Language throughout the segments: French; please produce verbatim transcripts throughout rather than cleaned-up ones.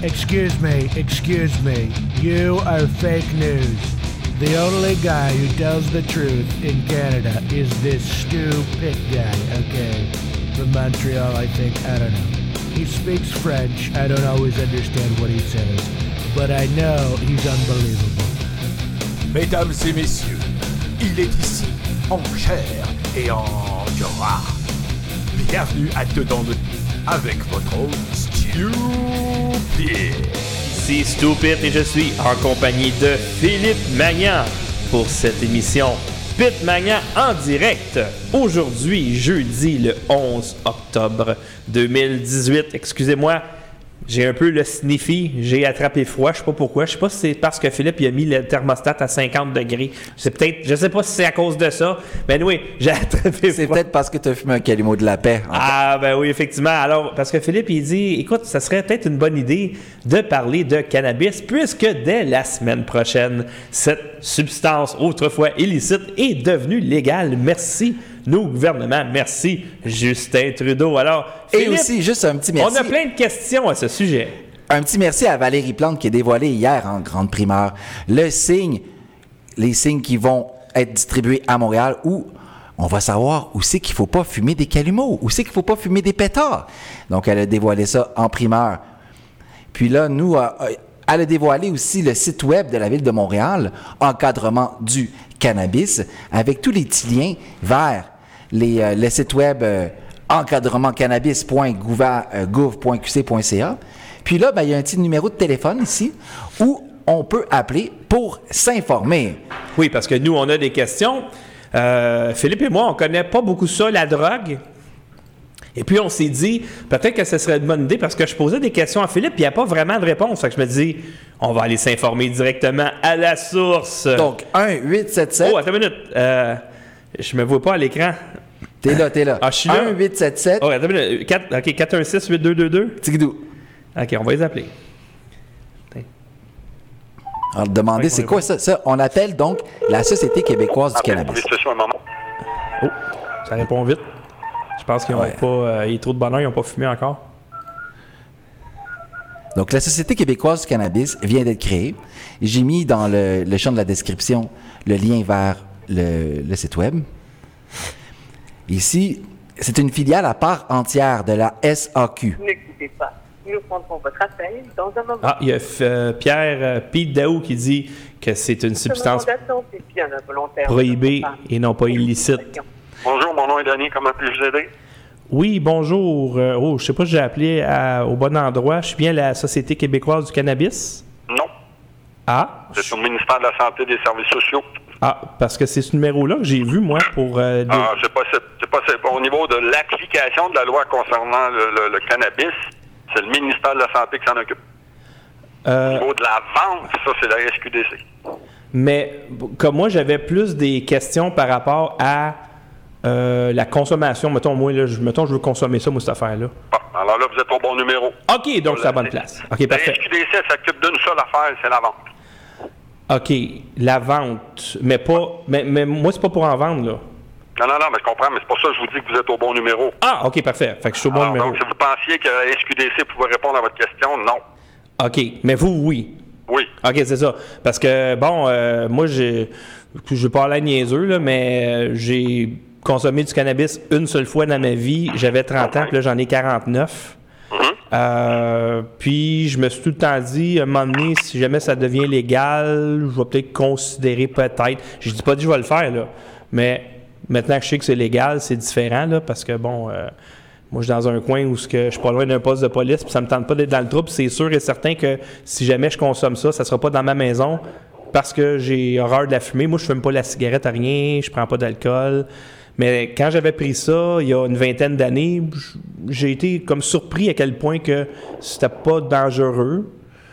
Excuse me, excuse me. You are fake news. The only guy who tells the truth in Canada is this stupid guy, okay? From Montreal, I think. I don't know. He speaks French. I don't always understand what he says. But I know he's unbelievable. Mesdames et messieurs, il est ici, en chair et en gras. Bienvenue à Dedans de avec votre host, Stupid. Ici Stupid et je suis en compagnie de Philippe Magnan pour cette émission Pit Magnan en direct. Aujourd'hui, jeudi le onze octobre deux mille dix-huit. Excusez-moi, j'ai un peu le sniffy, j'ai attrapé froid, je sais pas pourquoi. Je sais pas si c'est parce que Philippe il a mis le thermostat à cinquante degrés. C'est peut-être, je sais pas si c'est à cause de ça, mais oui, j'ai attrapé froid. C'est peut-être parce que tu as fumé un Calimo de la paix. Ah ben oui, effectivement. Alors, parce que Philippe il dit, écoute, ça serait peut-être une bonne idée de parler de cannabis, puisque dès la semaine prochaine, cette substance autrefois illicite est devenue légale. Merci nos gouvernements, merci Justin Trudeau. Alors, Philippe, et aussi, juste un petit merci. On a plein de questions à ce sujet. Un petit merci à Valérie Plante qui a dévoilé hier en grande primeur le signe, les signes qui vont être distribués à Montréal où on va savoir où c'est qu'il ne faut pas fumer des calumeaux, où c'est qu'il ne faut pas fumer des pétards. Donc, elle a dévoilé ça en primeur. Puis là, nous, euh, elle a dévoilé aussi le site web de la Ville de Montréal, Encadrement du cannabis, avec tous les petits liens vers les, euh, le site web euh, encadrement cannabis point gouv point q c point c a. Puis là, ben, il y a un petit numéro de téléphone ici où on peut appeler pour s'informer. Oui, parce que nous, on a des questions. Euh, Philippe et moi, on connaît pas beaucoup ça, la drogue. Et puis, on s'est dit, peut-être que ce serait une bonne idée parce que je posais des questions à Philippe et il n'y a pas vraiment de réponse. Fait que je me dis, on va aller s'informer directement à la source. Donc, un huit sept sept. Oh, attends une minute. Euh, je me vois pas à l'écran. T'es là, t'es là. Ah, je suis là. un huit sept sept. Oh, attends une minute. quatre, OK, quatre un six huit deux deux deux. Tigidou. OK, on va les appeler. Alors, demandez, c'est quoi ça? Ça, on appelle donc la Société québécoise du cannabis. Oh, ça répond vite. Je pense qu'ils n'ont ouais. pas... Euh, il y a trop de bonheur, ils n'ont pas fumé encore. Donc, la Société québécoise du cannabis vient d'être créée. J'ai mis dans le, le champ de la description le lien vers le, le site web. Ici, c'est une filiale à part entière de la S A Q. N'écoutez pas. Nous prendrons votre appel dans un moment. Ah, il y a euh, Pierre euh, Pete Daou qui dit que c'est une substance bien involontaire prohibée et non pas illicite. Bonjour, mon nom est Denis. Comment puis-je vous aider? Oui, bonjour. Euh, oh, je sais pas si j'ai appelé à, au bon endroit. Je suis bien la Société québécoise du cannabis? Non. Ah. C'est au ministère de la Santé et des Services sociaux. Ah, parce que c'est ce numéro-là que j'ai vu, moi, pour... Euh, des... Ah, c'est pas, c'est, c'est pas c'est, au niveau de l'application de la loi concernant le, le, le cannabis, c'est le ministère de la Santé qui s'en occupe. Euh... Au niveau de la vente, ça, c'est la S Q D C. Mais, comme moi, j'avais plus des questions par rapport à euh, la consommation. Mettons, moi, là, je, mettons, je veux consommer ça, moi, cette affaire-là. Bon, alors là, vous êtes au bon numéro. OK, donc c'est la bonne place. OK, parfait. La S Q D C s'occupe d'une seule affaire, c'est la vente. OK, la vente, mais pas... Mais, mais moi, c'est pas pour en vendre, là. Non, non, non, mais je comprends, mais c'est pour ça que je vous dis que vous êtes au bon numéro. Ah, OK, parfait. Fait que je suis au bon alors, numéro. donc, si vous pensiez que la S Q D C pouvait répondre à votre question, non. OK, mais vous, oui. Oui. OK, c'est ça. Parce que, bon, euh, moi, j'ai... Je vais pas aller niaiseux, là, mais euh, j'ai consommé du cannabis une seule fois dans ma vie. J'avais trente ans, puis là, j'en ai quarante-neuf. Euh, puis je me suis tout le temps dit, à un moment donné, si jamais ça devient légal, je vais peut-être considérer peut-être. Je dis pas dit je vais le faire, là. Mais maintenant que je sais que c'est légal, c'est différent, là, parce que bon, euh, moi je suis dans un coin où je suis pas loin d'un poste de police, puis ça me tente pas d'être dans le trouble. C'est sûr et certain que si jamais je consomme ça, ça sera pas dans ma maison parce que j'ai horreur de la fumée. Moi, je fume pas la cigarette à rien, je prends pas d'alcool. Mais quand j'avais pris ça, il y a une vingtaine d'années, j'ai été comme surpris à quel point que c'était pas dangereux.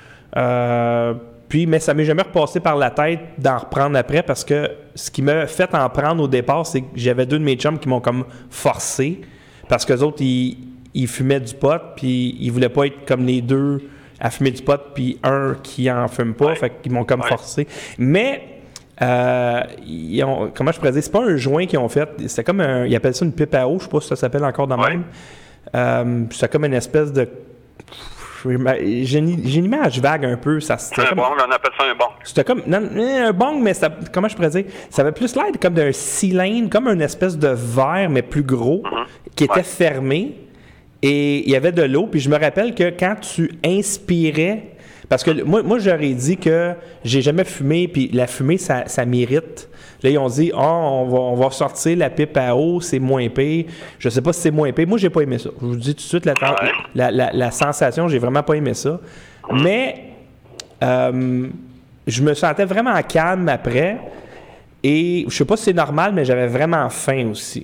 Euh, puis, mais ça m'est jamais repassé par la tête d'en reprendre après parce que ce qui m'a fait en prendre au départ, c'est que j'avais deux de mes chums qui m'ont comme forcé parce qu'eux autres, ils, ils fumaient du pot puis ils voulaient pas être comme les deux à fumer du pot puis un qui en fume pas. Ouais. Fait qu'ils m'ont comme ouais. forcé. Mais... Euh, ils ont, comment je pourrais dire, c'est pas un joint qu'ils ont fait, c'était comme un, ils appellent ça une pipe à eau, je sais pas si ça s'appelle encore de même. Ouais. Euh, c'est comme une espèce de, j'ai une, j'ai une image vague un peu. Ça, Un comme, bong, on appelle ça un bong. c'était comme non, un bong, mais ça, comment je pourrais dire? Ça avait plus l'air comme d'un cylindre, comme une espèce de verre, mais plus gros, mm-hmm. qui était ouais. fermé. Et il y avait de l'eau. Puis je me rappelle que quand tu inspirais, parce que moi, moi j'aurais dit que j'ai jamais fumé, puis la fumée, ça, ça m'irrite. Là, ils ont dit, oh, on va, on va sortir la pipe à eau, c'est moins pire. Je sais pas si c'est moins pire. Moi, j'ai pas aimé ça. Je vous dis tout de suite, la, ouais. la, la, la sensation, j'ai vraiment pas aimé ça. Mais euh, je me sentais vraiment calme après. Et je sais pas si c'est normal, mais j'avais vraiment faim aussi.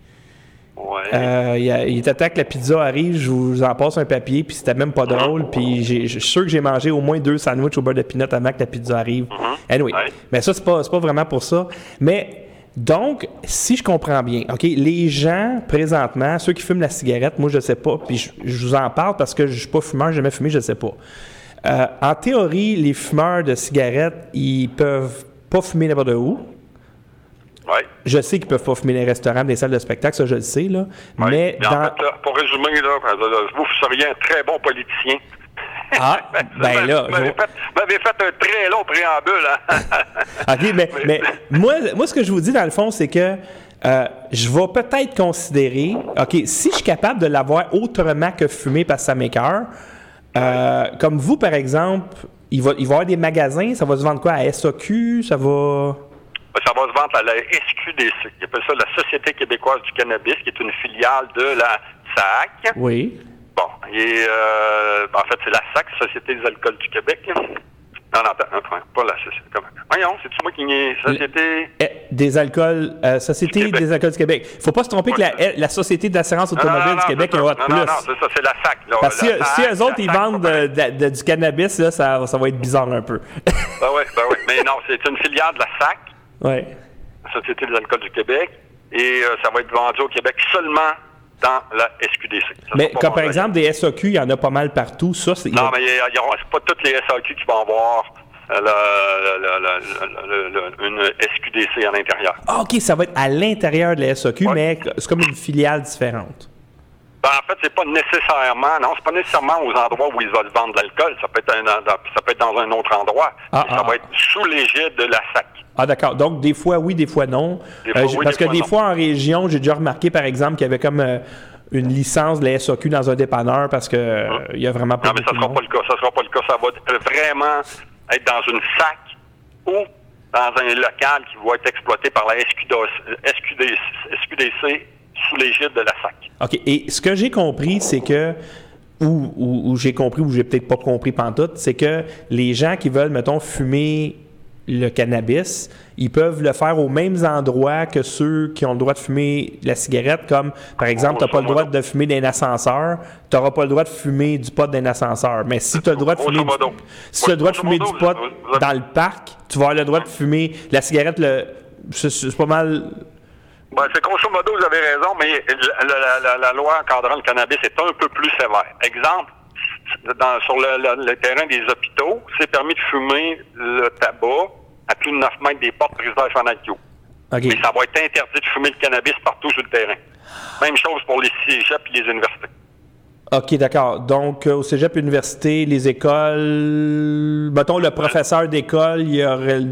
Ouais. Euh, il, a, il était temps que la pizza arrive, je vous en passe un papier, puis c'était même pas drôle. Puis j'ai, je suis sûr que j'ai mangé au moins deux sandwichs au beurre de peanut avant que la pizza arrive. Mm-hmm. Anyway, ouais. mais ça, c'est pas, c'est pas vraiment pour ça. Mais donc, si je comprends bien, OK, les gens, présentement, ceux qui fument la cigarette, moi, je sais pas, puis je, je vous en parle parce que je suis pas fumeur, j'ai jamais fumé, je sais pas. Euh, en théorie, les fumeurs de cigarettes, ils peuvent pas fumer n'importe où. Ouais. Je sais qu'ils peuvent pas fumer les restaurants, les salles de spectacle, ça je le sais, là. Ouais. Mais dans... dans... En fait, là, pour résumer, là, vous seriez un très bon politicien. Ah, ben là... Vous m'avez, je... fait, m'avez fait un très long préambule, hein? OK, mais, mais moi, moi, ce que je vous dis, dans le fond, c'est que euh, je vais peut-être considérer... OK, si je suis capable de l'avoir autrement que fumer parce que ça m'écoeure, euh, comme vous, par exemple, il va, il va y avoir des magasins, ça va se vendre quoi? À S A Q, ça va... Ça va se vendre à la S Q D C. Ils appellent ça la Société québécoise du cannabis, qui est une filiale de la S A C. Oui. Bon, et euh, en fait, c'est la S A C, Société des alcools du Québec. Non, non, attends, pas la Société. Comment? Voyons, c'est-tu moi qui est Société... Le, des alcools... Euh, Société des alcools du Québec. Il ne faut pas se tromper oui. que la, la Société d'assurance automobile non, non, du Québec est un autre non, plus. Non, non, c'est ça, c'est la S A C. Là, Parce que si, si eux autres, ils S A C, vendent de, de, de, du cannabis, là, ça, ça va être bizarre un peu. Ben oui, ben oui. Mais non, c'est une filiale de la S A C. Oui. Société des alcools du Québec, et euh, ça va être vendu au Québec seulement dans la S Q D C. Ça mais comme par exemple des S A Q, il y en a pas mal partout. Ça, c'est, non, a... mais il y a, c'est pas toutes les S A Q qui vont avoir euh, le, le, le, le, une S Q D C à l'intérieur. Ah, OK, ça va être à l'intérieur de la S A Q, ouais. mais c'est comme une filiale différente. Ben, en fait, c'est pas nécessairement, non, c'est pas nécessairement aux endroits où ils veulent vendre de l'alcool. Ça peut être, un, ça peut être dans un autre endroit. Ah, ça ah. va être sous l'égide de la S A C. Ah, d'accord. Donc, des fois, oui, des fois, non. Des fois, euh, oui, parce des que fois, des non. fois, en région, j'ai déjà remarqué, par exemple, qu'il y avait comme euh, une licence de la S A Q dans un dépanneur parce que euh, hum. il y a vraiment pas non, mais ça sera pas le cas. Ça sera pas le cas. Ça va vraiment être dans une S A C ou dans un local qui va être exploité par la S Q D C sous l'égide de la S A C. OK. Et ce que j'ai compris, c'est que ou, ou, ou j'ai compris ou j'ai peut-être pas compris pantoute, c'est que les gens qui veulent, mettons, fumer le cannabis, ils peuvent le faire aux mêmes endroits que ceux qui ont le droit de fumer la cigarette, comme, par exemple, tu n'as pas le droit de fumer dans un ascenseur, tu n'auras pas le droit de fumer du pot dans un ascenseur. Mais si tu as le droit de fumer du, si tu as le droit de fumer du pot dans le parc, tu vas avoir le droit de fumer la cigarette, le, c'est, c'est pas mal... Ben, c'est grosso modo, vous avez raison, mais la, la, la, la loi encadrant le cannabis est un peu plus sévère. Exemple, dans, sur le, le, le terrain des hôpitaux, c'est permis de fumer le tabac à plus de neuf mètres des portes résidentielles fanatiques. Okay. Mais ça va être interdit de fumer le cannabis partout sur le terrain. Même chose pour les cégeps et les universités. OK, d'accord. Donc, euh, au cégep, université, les écoles... Mettons, le professeur d'école, il y aurait...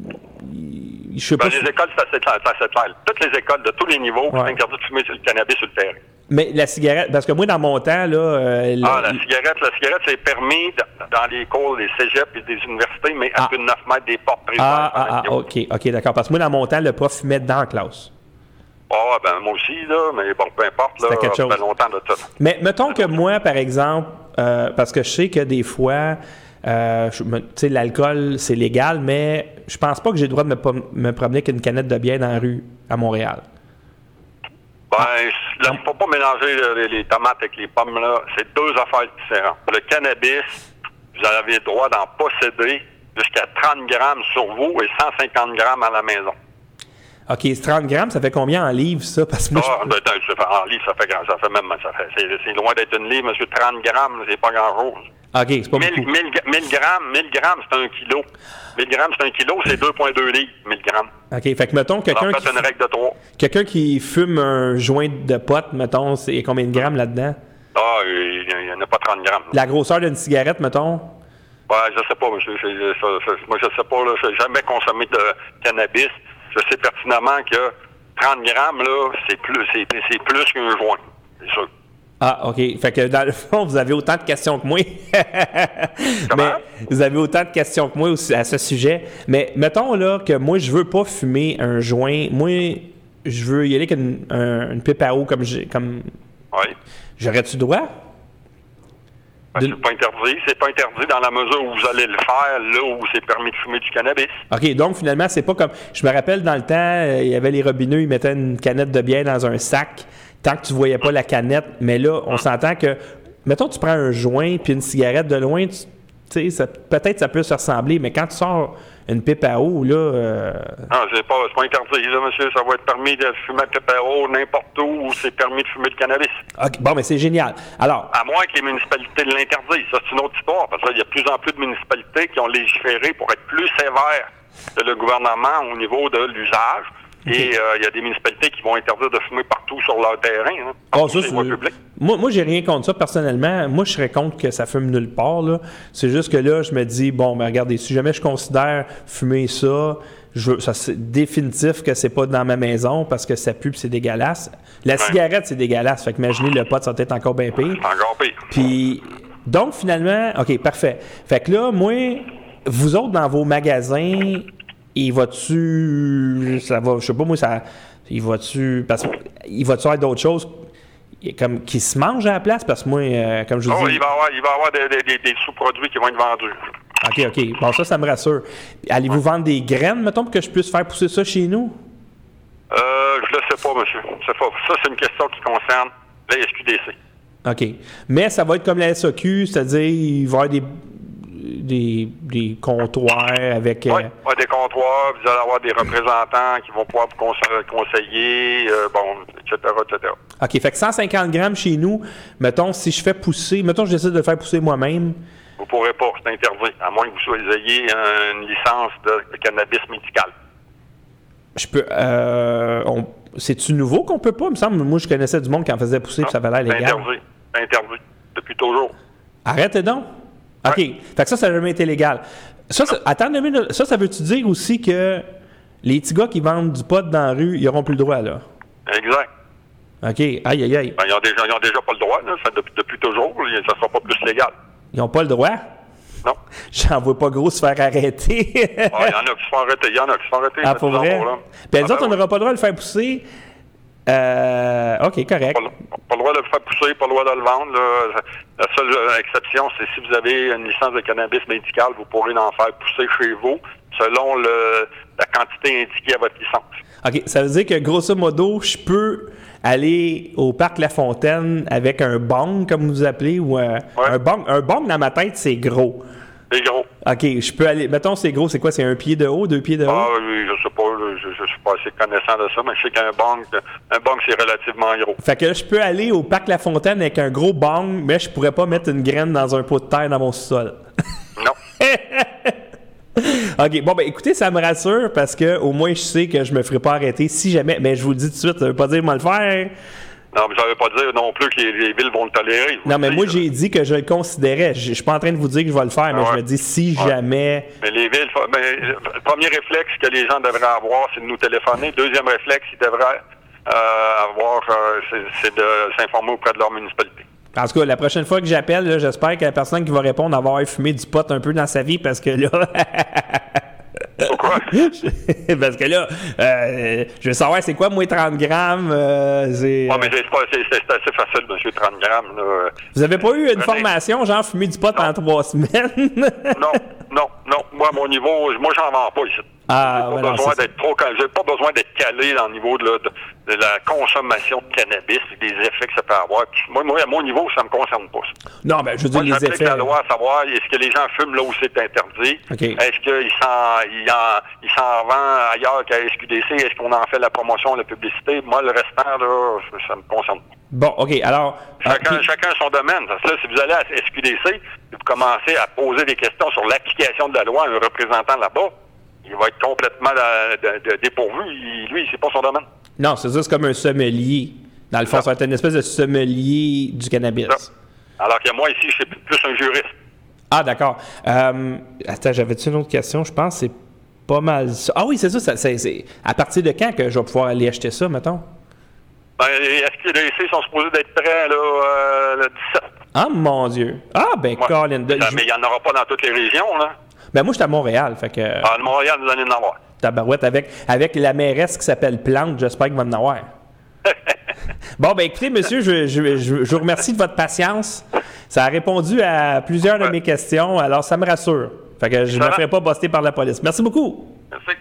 Je sais ben, pas les si... écoles, c'est assez clair, c'est assez clair. Toutes les écoles de tous les niveaux, ouais. C'est interdit de fumer le cannabis sur le terrain. Mais la cigarette, parce que moi, dans mon temps, là... Euh, ah, la, la cigarette, la cigarette, c'est permis dans les cours des cégeps et des universités, mais à ah. plus de neuf mètres des portes présidentielles. Ah, ah, ah, OK, OK, d'accord. Parce que moi, dans mon temps, le prof fumait dans la classe. Ah, oh, ben moi aussi, là, mais bon, peu importe, là, ça fait longtemps de ça. Mais mettons que moi, par exemple, euh, parce que je sais que des fois... Euh, tu sais, l'alcool, c'est légal, mais je pense pas que j'ai le droit de me, me promener avec une canette de bière dans la rue à Montréal. Ben, il ne faut pas mélanger les, les tomates avec les pommes, là. C'est deux affaires différentes. Le cannabis, vous avez le droit d'en posséder jusqu'à trente grammes sur vous et cent cinquante grammes à la maison. OK, trente grammes, ça fait combien en livres, ça? Parce que moi, ah, je... ben, en livres, ça fait, ça fait même... Ça fait, c'est, c'est loin d'être une livre, monsieur. trente grammes, c'est pas grand-chose. OK, c'est pas beaucoup. mille grammes, mille grammes, c'est un kilo. mille grammes, c'est un kilo, c'est deux virgule deux livres, mille grammes. OK, fait que mettons, quelqu'un qui... une règle de trois. Quelqu'un qui fume un joint de pote, mettons, c'est combien de grammes là-dedans? Ah, il y n'y en a pas trente grammes. Là. La grosseur d'une cigarette, mettons? Ouais, je sais pas, monsieur. Je, je, je, je, moi, je sais pas, là. Je n'ai jamais consommé de cannabis. Je sais pertinemment que trente grammes, là, c'est plus, c'est, c'est plus qu'un joint. C'est sûr. Ah, OK. Fait que dans le fond, vous avez autant de questions que moi. Comment? Mais vous avez autant de questions que moi aussi à ce sujet. Mais mettons là que moi, je veux pas fumer un joint. Moi, je veux y aller avec une, un, une pipe à eau comme j'ai. Comme... Oui. J'aurais-tu droit? Ben, De... c'est pas interdit. C'est pas interdit dans la mesure où vous allez le faire là où c'est permis de fumer du cannabis. OK, donc finalement, c'est pas comme... Je me rappelle, dans le temps, euh, il y avait les robineux, ils mettaient une canette de bière dans un sac tant que tu voyais pas la canette. Mais là, on s'entend que... Mettons, tu prends un joint puis une cigarette de loin, tu sais, ça, peut-être ça peut se ressembler, mais quand tu sors une pipe à eau, là... Euh... Non, c'est pas, c'est pas interdit, là, monsieur. Ça va être permis de fumer un pipe à eau n'importe où où c'est permis de fumer du cannabis. OK, bon, mais c'est génial. Alors... À moins que les municipalités l'interdisent. Ça, c'est une autre histoire, parce qu'il y a de plus en plus de municipalités qui ont légiféré pour être plus sévères que le gouvernement au niveau de l'usage. Okay. Et il euh, y a des municipalités qui vont interdire de fumer partout sur leur terrain, hein, oh, ça, c'est... Moi, moi j'ai rien contre ça, personnellement. Moi, je serais contre que ça fume nulle part, là. C'est juste que là, je me dis, bon, ben regardez, si jamais je considère fumer ça, je veux, ça c'est définitif que c'est pas dans ma maison parce que ça pue et c'est dégueulasse. La ouais. cigarette, c'est dégueulasse. Fait que imaginez, le pot, ça va être encore bien pire. Encore pire. Puis, donc, finalement, OK, parfait. Fait que là, moi, vous autres, dans vos magasins... Il va-tu... Ça va... Je sais pas, moi, ça... Il va-tu... Parce qu'il va-tu avoir d'autres choses comme qui se mangent à la place? Parce que moi, euh, comme je vous oh, dis... il va y avoir, il va y avoir des, des, des sous-produits qui vont être vendus. OK, OK. Bon, ça, ça me rassure. Allez-vous vendre des graines, mettons, pour que je puisse faire pousser ça chez nous? Euh, je le sais pas, monsieur. C'est pas... Ça, c'est une question qui concerne la S Q D C. OK. Mais ça va être comme la S A Q, c'est-à-dire il va y avoir des... Des, des comptoirs avec... Euh... Oui, ouais, des comptoirs, vous allez avoir des représentants qui vont pouvoir vous conseiller, euh, bon, et cetera, et cetera. OK, fait que cent cinquante grammes chez nous, mettons, si je fais pousser, mettons, je décide de le faire pousser moi-même... Vous ne pourrez pas, c'est interdit, à moins que vous ayez une licence de, de cannabis médical. Je peux... Euh, on, c'est-tu nouveau qu'on peut pas? Il me semble, moi, je connaissais du monde qui en faisait pousser, puis ça avait l'air légal. C'est interdit, c'est interdit, depuis toujours. Arrêtez donc! OK. Ouais. Fait que ça, ça n'a jamais été légal. Ça, ça, attends une minute. Ça, ça veut-tu dire aussi que les petits gars qui vendent du pot dans la rue, ils n'auront plus le droit, là? Exact. OK. Aïe, aïe, aïe. Ben, ils n'ont déjà, déjà pas le droit, là. Ça, depuis, depuis toujours. Ça ne sera pas plus légal. Ils n'ont pas le droit? Non. J'en vois pas gros se faire arrêter. Il y en a qui se font arrêter. Il y en a qui se font arrêter. Ah, pour vrai? Puis les autres, on n'aura pas le droit de le faire pousser. Euh, OK, correct. Pas, pas le droit de le faire pousser, pas le droit de le vendre. Là. La seule exception, c'est si vous avez une licence de cannabis médical, vous pourrez en faire pousser chez vous selon le, la quantité indiquée à votre licence. OK, ça veut dire que grosso modo, je peux aller au parc La Fontaine avec un bong, comme vous appelez, ou un, ouais. un bong. Un bong dans ma tête, c'est gros. C'est gros. OK, je peux aller... Mettons, c'est gros, c'est quoi? C'est un pied de haut, deux pieds de haut? Ah oui, je sais pas, je, je suis pas assez connaissant de ça, mais je sais qu'un bong, un bong, c'est relativement gros. Fait que là, je peux aller au parc La Fontaine avec un gros bong, mais je pourrais pas mettre une graine dans un pot de terre dans mon sol. Non. OK, bon, ben écoutez, ça me rassure parce que au moins, je sais que je me ferai pas arrêter si jamais... Mais je vous le dis tout de suite, ça veut pas dire moi le faire... Non, mais ça ne veut pas dire non plus que les, les villes vont le tolérer. Non, mais dire, moi, j'ai dit que je le considérais. Je ne suis pas en train de vous dire que je vais le faire, mais ouais. je me dis si ouais. jamais... Mais les villes... Mais, le premier réflexe que les gens devraient avoir, c'est de nous téléphoner. Deuxième réflexe, ils devraient euh, avoir, euh, c'est, c'est de s'informer auprès de leur municipalité. En tout cas, la prochaine fois que j'appelle, là, j'espère que la personne qui va répondre va avoir fumé du pot un peu dans sa vie, parce que là... Pourquoi? Parce que là, euh, je veux savoir c'est quoi, moi, trente grammes. Euh, c'est, ah, mais c'est, pas, c'est, c'est assez facile, monsieur, trente grammes. Là. Vous avez pas eu une formation, genre fumer du pot non. en trois semaines? non, non, non. Moi, à mon niveau, moi, j'en vends pas ici. Ah, j'ai, pas ouais, besoin non, d'être trop, j'ai pas besoin d'être calé dans le niveau de, de, de la consommation de cannabis et des effets que ça peut avoir. Puis moi, moi, à mon niveau, ça me concerne pas. Non, ben, je veux dire, moi, les effets... la loi à savoir, est-ce que les gens fument là où c'est interdit? Okay. Est-ce qu'ils s'en, ils en, ils s'en vendent ailleurs qu'à S Q D C? Est-ce qu'on en fait la promotion, la publicité? Moi, le restant, là, ça me concerne pas. Bon, OK, alors... Chacun, okay. chacun son domaine. Parce que là, si vous allez à S Q D C et vous commencez à poser des questions sur l'application de la loi à un représentant là-bas, il va être complètement de, de, de dépourvu. Il, lui, c'est pas son domaine. Non, c'est ça, c'est comme un sommelier. Dans le fond, non. ça va être une espèce de sommelier du cannabis. Non. Alors que moi, ici, je suis plus un juriste. Ah, d'accord. Euh, attends, j'avais-tu une autre question? Je pense que c'est pas mal ça. Ah oui, c'est ça. ça c'est, c'est à partir de quand que je vais pouvoir aller acheter ça, mettons? Ben, les S Q D C sont supposés d'être prêts là, euh, le dix-sept. Ah, mon Dieu. Ah, ben, Ouais. Colin. de- Ça, je- mais il n'y en aura pas dans toutes les régions, là. Ben, moi, je suis à Montréal, fait que... Ah, le Montréal, vous allez en avoir. Tabarouette, avec, avec la mairesse qui s'appelle Plante, j'espère qu'il va en avoir. Bon, ben écoutez, monsieur, je, je, je, je vous remercie de votre patience. Ça a répondu à plusieurs de Ouais. mes questions, alors ça me rassure. Fait que je ne Ça me va. ferai pas buster par la police. Merci beaucoup. Merci.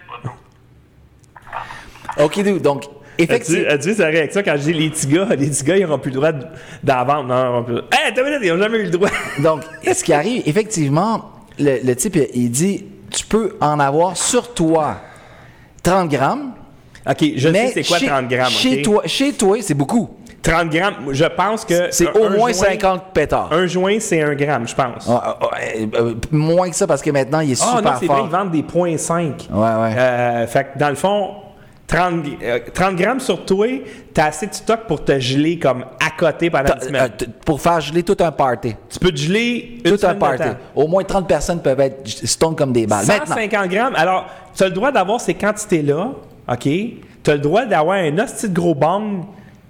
OK, dude, donc, As-tu effectivement... as-tu vu sa réaction quand je dis les petits gars? Les petits gars, ils n'auront plus le droit de- d'en vendre. Non, ils n'auront plus le droit. Hey, attends une minute, ils n'ont jamais eu le droit. Donc, ce qui arrive, effectivement, le, le type, il dit, tu peux en avoir sur toi trente grammes. OK, je mais sais c'est quoi chez, trente grammes. Chez OK? toi, chez toi, c'est beaucoup. trente grammes, je pense que. C'est un- au un moins joint- cinquante pétards. Un joint, c'est un gramme, je pense. Ah, ah, euh, euh, moins que ça, parce que maintenant, il est Ah super non, c'est vrai, fort. ils vendent des point cinq. Ouais, ouais. Euh, fait que dans le fond, trente, euh, trente grammes sur toi, t'as assez de stock pour te geler comme à côté pendant T'as- une semaine. euh, t- pour faire geler tout un party. Tu peux te geler une Tout un semaine de party. temps. Au moins trente personnes peuvent être stone comme des balles. Maintenant, cent cinquante grammes. Alors, tu as le droit d'avoir ces quantités-là, OK? Tu as le droit d'avoir un hostie de gros bang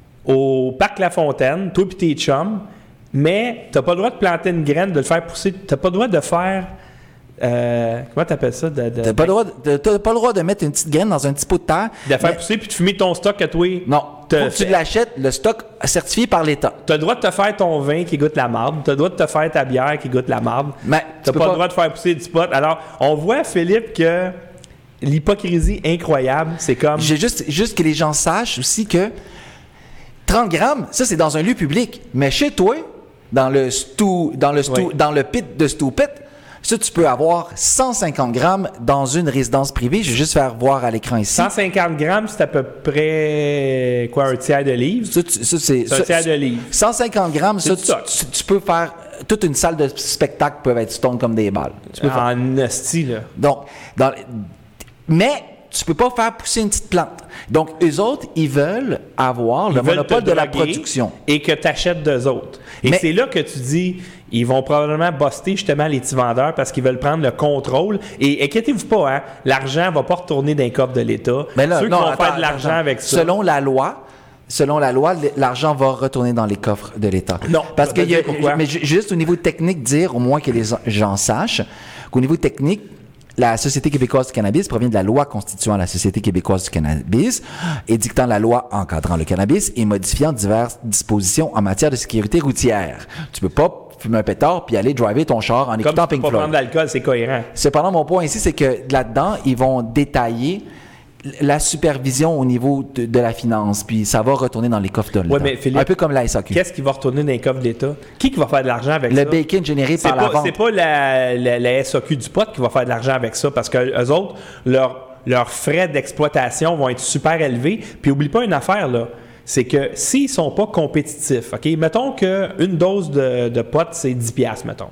au parc La Fontaine, toi et tes chums, mais tu n'as pas le droit de planter une graine, de le faire pousser. Tu n'as pas le droit de faire... Euh, comment tu appelles ça? De, de, t'as pas, le droit de- t'as pas le droit de mettre une petite graine dans un petit pot de terre. de faire mais- pousser puis de fumer ton stock à toi. Non, Te faut que tu fait- l'achètes, le stock certifié par l'État. Tu as le droit de te faire ton vin qui goûte la marde. Tu as le droit de te faire ta bière qui goûte la marde. Mais Tu tu n'as peux pas, pas- le droit de faire pousser du pot. Alors, on voit, Philippe, que l'hypocrisie incroyable, c'est comme... J'ai juste, juste que les gens sachent aussi que trente grammes, ça c'est dans un lieu public. Mais chez toi, dans le stu, dans le stu, Oui. dans le pit de Stupid, ça tu peux avoir cent cinquante grammes dans une résidence privée. Je vais juste faire voir à l'écran ici. cent cinquante grammes, c'est à peu près, quoi, un tiers de livre? Ça, tu- ça, c'est, C'est un ça- tiers de livre. cent cinquante grammes, C'est ça, du tu, stock. tu- tu peux faire toute une salle de spectacle peut être stone comme des balles. Tu peux faire- En hostie, là. Donc, dans, mais tu peux pas faire pousser une petite plante. Donc, eux autres, ils veulent avoir le Ils veulent monopole te de la droguer production. Et que tu achètes d'eux autres. Et Mais- c'est là que tu dis, ils vont probablement buster justement les petits vendeurs parce qu'ils veulent prendre le contrôle. Et inquiétez-vous pas, hein, l'argent va pas retourner dans les coffres de l'État. Mais là, Ceux non, qui vont attends, faire de l'argent attends. avec ça. Selon la loi, selon la loi, l- l'argent va retourner dans les coffres de l'État. Non, parce je que vais te y a- dire pourquoi. mais ju- juste au niveau technique, dire au moins que les gens sachent qu'au niveau technique, la Société québécoise du cannabis provient de la loi constituant la Société québécoise du cannabis, édictant la loi encadrant le cannabis et modifiant diverses dispositions en matière de sécurité routière. Tu peux pas fumer un pétard puis aller driver ton char en Comme écoutant tu peux Pink pas Floyd. prendre de l'alcool, c'est cohérent. Cependant, mon point ici, c'est que là-dedans, ils vont détailler la supervision au niveau de, de la finance, puis ça va retourner dans les coffres de l'État. Ouais, mais Philippe, un peu comme la S A Q. Qu'est-ce qui va retourner dans les coffres de l'État? Qui qui va faire de l'argent avec Le ça? bacon généré C'est par la pas, vente. c'est pas la, la, la S A Q du pot qui va faire de l'argent avec ça, parce que eux autres, leurs leurs frais d'exploitation vont être super élevés. Puis oublie pas une affaire, là. C'est que s'ils sont pas compétitifs, OK? Mettons qu'une dose de, de pot, c'est dix piastres, mettons.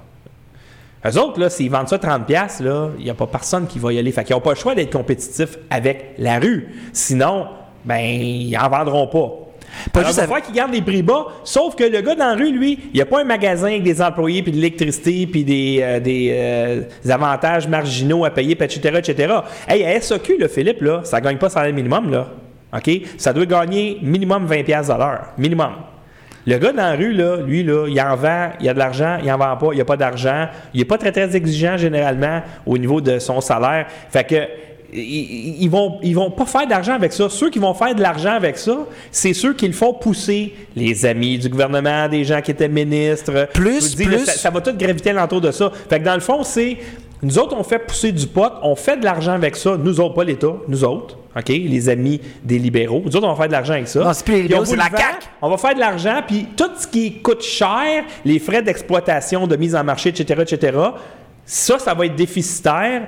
Eux autres, là, s'ils vendent ça trente piastres, là, il n'y a pas personne qui va y aller. Fait qu'ils n'ont pas le choix d'être compétitifs avec la rue. Sinon, ben, ils n'en vendront pas. Pas Alors, juste il va avec- falloir qu'ils gardent les prix bas, sauf que le gars dans la rue, lui, il n'y a pas un magasin avec des employés, puis de l'électricité, puis des, euh, des, euh, des avantages marginaux à payer, puis et cetera, et cetera. Hey, à S A Q, là, Philippe, là, ça ne gagne pas salaire minimum, là. OK? Ça doit gagner minimum vingt piastres de l'heure. Minimum. Le gars dans la rue, là, lui, là, il en vend, il a de l'argent, il en vend pas, il n'a pas d'argent. Il n'est pas très, très exigeant, généralement, au niveau de son salaire. Fait que, ils, ils vont, ils vont pas faire d'argent avec ça. Ceux qui vont faire de l'argent avec ça, c'est ceux qui le font pousser. Les amis du gouvernement, des gens qui étaient ministres. Plus, Je vous dis, là, plus- ça, ça va tout graviter alentour de ça. Fait que dans le fond, c'est... Nous autres, on fait pousser du pot, on fait de l'argent avec ça. Nous autres, pas l'État, nous autres, OK? Les amis des libéraux. Nous autres, on va faire de l'argent avec ça. Non, c'est plus les Puis libéraux, on vous c'est la le vend, C A Q. On va faire de l'argent, puis tout ce qui coûte cher, les frais d'exploitation, de mise en marché, et cetera, et cetera, ça, ça va être déficitaire